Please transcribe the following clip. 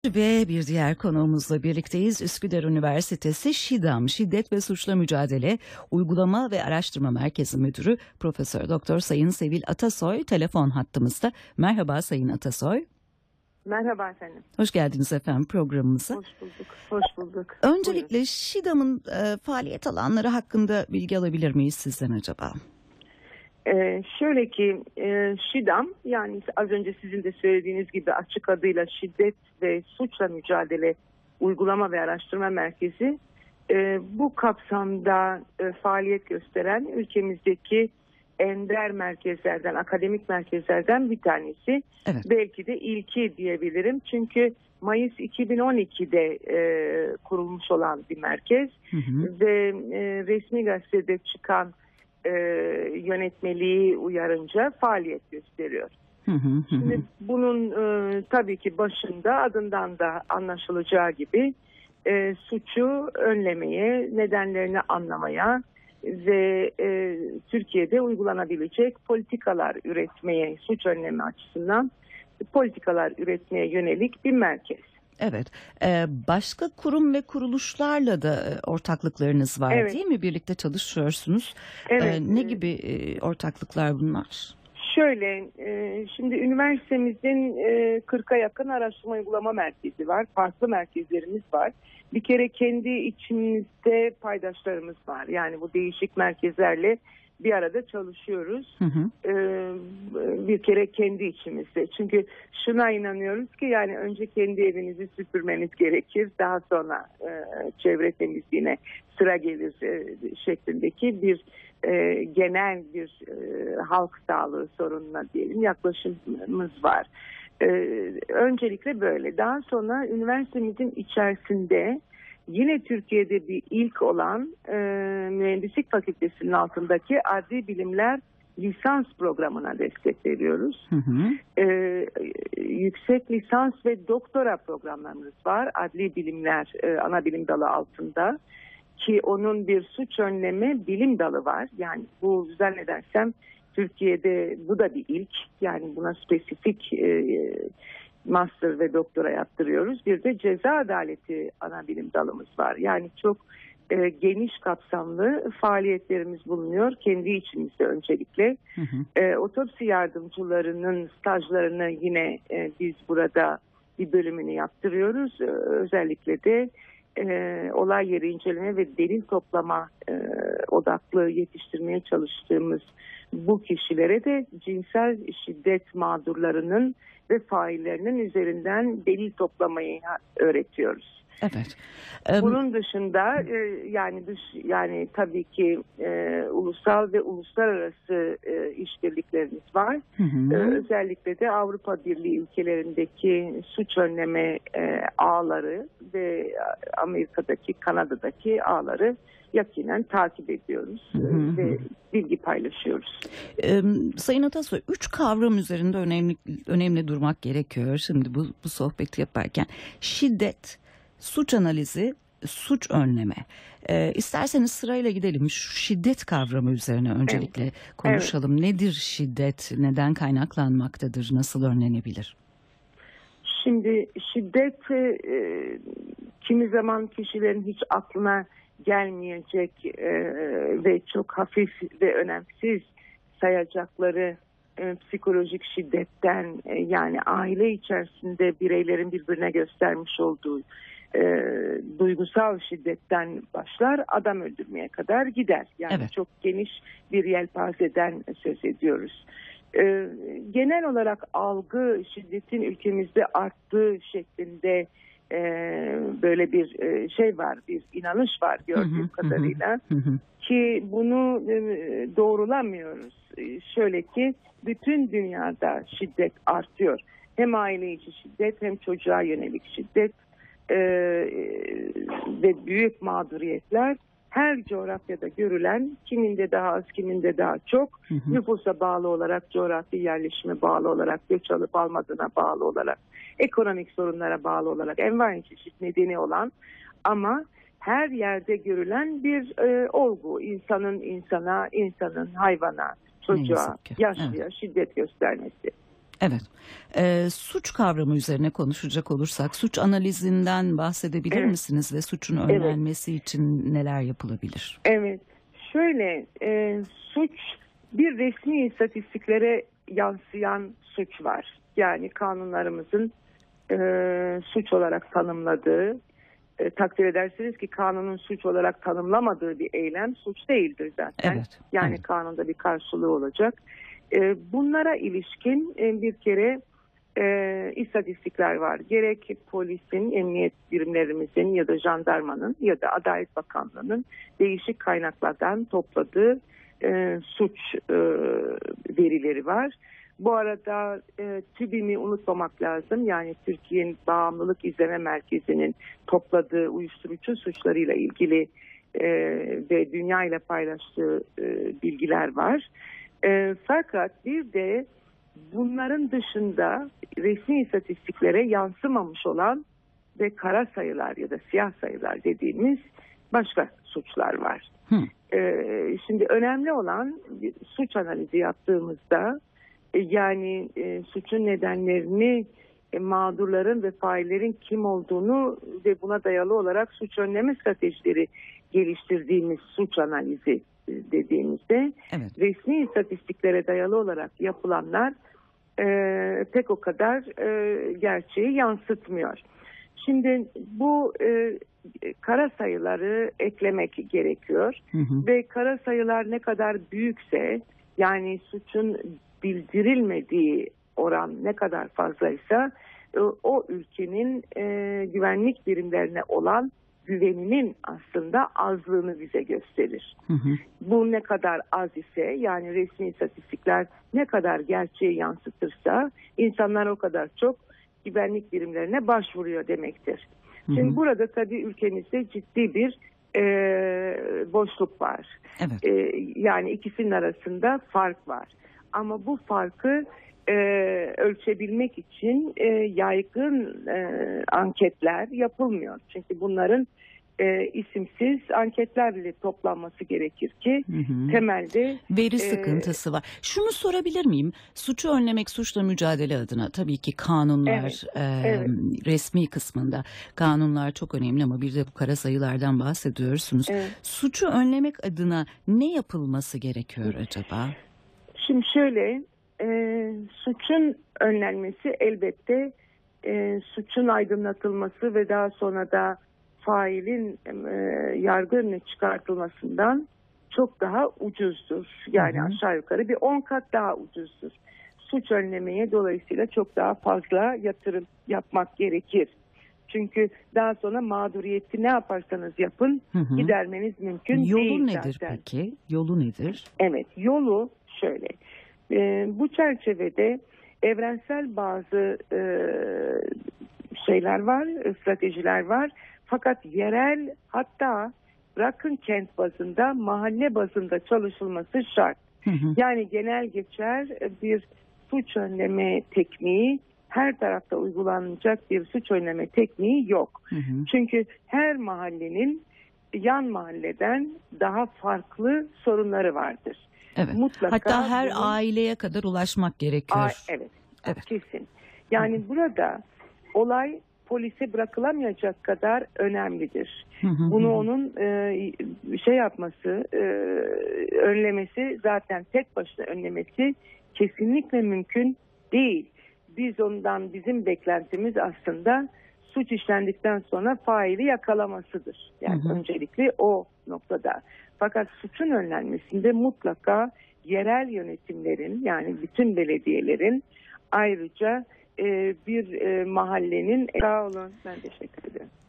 Ve bir diğer konuğumuzla birlikteyiz. Üsküdar Üniversitesi ŞİDAM, Şiddet ve Suçla Mücadele Uygulama ve Araştırma Merkezi Müdürü Profesör Doktor Sayın Sevil Atasoy telefon hattımızda. Merhaba Sayın Atasoy. Merhaba efendim. Hoş geldiniz efendim programımıza. Hoş bulduk. Hoş bulduk. Öncelikle Buyurun. ŞİDAM'ın faaliyet alanları hakkında bilgi alabilir miyiz sizden acaba? Şöyle ki ŞİDAM, yani az önce sizin de söylediğiniz gibi açık adıyla Şiddet ve Suçla Mücadele Uygulama ve Araştırma Merkezi, bu kapsamda faaliyet gösteren ülkemizdeki ender merkezlerden, akademik merkezlerden bir tanesi. Evet. Belki de ilki diyebilirim. Çünkü Mayıs 2012'de kurulmuş olan bir merkez ve resmi gazetede çıkan yönetmeliği uyarınca faaliyet gösteriyor. Şimdi bunun tabii ki başında adından da anlaşılacağı gibi suçu önlemeye, nedenlerini anlamaya ve Türkiye'de uygulanabilecek politikalar üretmeye, suç önlemi açısından politikalar üretmeye yönelik bir merkez. Evet. Başka kurum ve kuruluşlarla da ortaklıklarınız var, Evet. değil mi? Birlikte çalışıyorsunuz. Evet. Ne gibi ortaklıklar bunlar? Şöyle, şimdi üniversitemizin 40'a yakın araştırma uygulama merkezi var. Farklı merkezlerimiz var. Bir kere kendi içimizde paydaşlarımız var. Yani bu değişik merkezlerle bir arada çalışıyoruz. Bir kere kendi içimizde. Çünkü şuna inanıyoruz ki yani önce kendi evinizi süpürmeniz gerekir. Daha sonra çevre temizliğine sıra gelir şeklindeki bir genel bir halk sağlığı sorununa diyelim yaklaşımımız var. Öncelikle böyle. Daha sonra üniversitemizin içerisinde yine Türkiye'de bir ilk olan Mühendislik Fakültesi'nin altındaki Adli Bilimler lisans programına destek veriyoruz. Yüksek lisans ve doktora programlarımız var. Adli Bilimler ana bilim dalı altında. Ki onun bir suç önleme bilim dalı var. Yani bu zannedersem Türkiye'de bu da bir ilk. Yani buna spesifik master ve doktora yaptırıyoruz. Bir de ceza adaleti ana bilim dalımız var. Yani çok geniş kapsamlı faaliyetlerimiz bulunuyor. Kendi içimizde öncelikle. Otopsi yardımcılarının stajlarını yine biz burada bir bölümünü yaptırıyoruz. Özellikle de olay yeri inceleme ve delil toplama odaklı yetiştirmeye çalıştığımız bu kişilere de cinsel şiddet mağdurlarının ve faillerinin üzerinden delil toplamayı öğretiyoruz. Evet. Bunun dışında yani tabii ki ulusal ve uluslararası işbirliklerimiz var. Özellikle de Avrupa Birliği ülkelerindeki suç önleme ağları ve Amerika'daki, Kanada'daki ağları yakinen takip ediyoruz ve bilgi paylaşıyoruz. Sayın Atasoy, 3 kavram üzerinde önemli durmak gerekiyor şimdi bu sohbeti yaparken. Şiddet, suç analizi, suç önleme. İsterseniz sırayla gidelim. Şu şiddet kavramı üzerine öncelikle konuşalım. Evet. Nedir şiddet? Neden kaynaklanmaktadır? Nasıl önlenebilir? Şimdi şiddet kimi zaman kişilerin hiç aklına gelmeyecek ve çok hafif ve önemsiz sayacakları psikolojik şiddetten, yani aile içerisinde bireylerin birbirine göstermiş olduğu duygusal şiddetten başlar, adam öldürmeye kadar gider. Yani evet, çok geniş bir yelpazeden söz ediyoruz. Genel olarak algı şiddetin ülkemizde arttığı şeklinde böyle bir şey var, bir inanış var gördüğüm kadarıyla. Ki bunu doğrulamıyoruz. Şöyle ki bütün dünyada şiddet artıyor. Hem aile içi şiddet hem çocuğa yönelik şiddet ve büyük mağduriyetler her coğrafyada görülen, kiminde daha az, kiminde daha çok, nüfusa bağlı olarak, coğrafi yerleşime bağlı olarak, göç alıp almadığına bağlı olarak, ekonomik sorunlara bağlı olarak, envai çeşit nedeni olan ama her yerde görülen bir olgu. İnsanın insana, insanın hayvana, çocuğa, yaşlıya şiddet göstermesi. Evet. Suç kavramı üzerine konuşacak olursak suç analizinden bahsedebilir Evet. misiniz ve suçun Evet. önlenmesi için neler yapılabilir? Evet. Şöyle suç bir resmi istatistiklere yansıyan suç var. Yani kanunlarımızın suç olarak tanımladığı, takdir edersiniz ki kanunun suç olarak tanımlamadığı bir eylem suç değildir zaten. Evet. Yani Evet. kanunda bir karşılığı olacak. Bunlara ilişkin bir kere istatistikler var. Gerek polisin, emniyet birimlerimizin ya da jandarmanın ya da Adalet Bakanlığı'nın değişik kaynaklardan topladığı suç verileri var. Bu arada TÜBİM'i unutmamak lazım. Yani Türkiye'nin Bağımlılık İzleme Merkezi'nin topladığı uyuşturucu suçlarıyla ilgili ve dünya ile paylaştığı bilgiler var. Fakat bir de bunların dışında resmi istatistiklere yansımamış olan ve kara sayılar ya da siyah sayılar dediğimiz başka suçlar var. Şimdi önemli olan suç analizi yaptığımızda yani suçun nedenlerini, mağdurların ve faillerin kim olduğunu ve buna dayalı olarak suç önleme stratejileri geliştirdiğimiz suç analizi dediğimizde Evet. resmi istatistiklere dayalı olarak yapılanlar pek o kadar gerçeği yansıtmıyor. Şimdi bu kara sayıları eklemek gerekiyor ve kara sayılar ne kadar büyükse yani suçun bildirilmediği oran ne kadar fazlaysa o ülkenin güvenlik birimlerine olan güveninin aslında azlığını bize gösterir. Bu ne kadar az ise yani resmi istatistikler ne kadar gerçeği yansıtırsa insanlar o kadar çok güvenlik birimlerine başvuruyor demektir. Şimdi burada tabii ülkemizde ciddi bir boşluk var. Evet. Yani ikisinin arasında fark var. Ama bu farkı ölçebilmek için yaygın anketler yapılmıyor. Çünkü bunların isimsiz anketlerle toplanması gerekir ki temelde veri sıkıntısı var. Şunu sorabilir miyim? Suçu önlemek, suçla mücadele adına tabii ki kanunlar, evet. resmi kısmında kanunlar çok önemli ama bir de bu kara sayılardan bahsediyorsunuz. Evet. Suçu önlemek adına ne yapılması gerekiyor acaba? Şimdi şöyle, suçun önlenmesi elbette suçun aydınlatılması ve daha sonra da failin yargı önüne çıkartılmasından çok daha ucuzdur. Yani aşağı yukarı bir 10 kat daha ucuzdur. Suç önlemeye dolayısıyla çok daha fazla yatırım yapmak gerekir. Çünkü daha sonra mağduriyeti ne yaparsanız yapın gidermeniz mümkün değil zaten. Yolu nedir peki? Yolu nedir? Evet, yolu şöyle. Bu çerçevede evrensel bazı şeyler var, stratejiler var. Fakat yerel hatta bırakın kent bazında mahalle bazında çalışılması şart. Yani genel geçer bir suç önleme tekniği her tarafta uygulanacak bir suç önleme tekniği yok. Çünkü her mahallenin yan mahalleden daha farklı sorunları vardır. Evet. Mutlaka hatta her aileye kadar ulaşmak gerekiyor. Evet. Evet. Kesin. Yani burada olay polise bırakılamayacak kadar önemlidir. Bunu onun şey yapması, önlemesi zaten tek başına önlemesi kesinlikle mümkün değil. Bizim beklentimiz aslında suç işlendikten sonra faili yakalamasıdır. Yani öncelikle o noktada. Fakat suçun önlenmesinde mutlaka yerel yönetimlerin yani bütün belediyelerin ayrıca bir mahallenin sağ olun ben teşekkür ederim.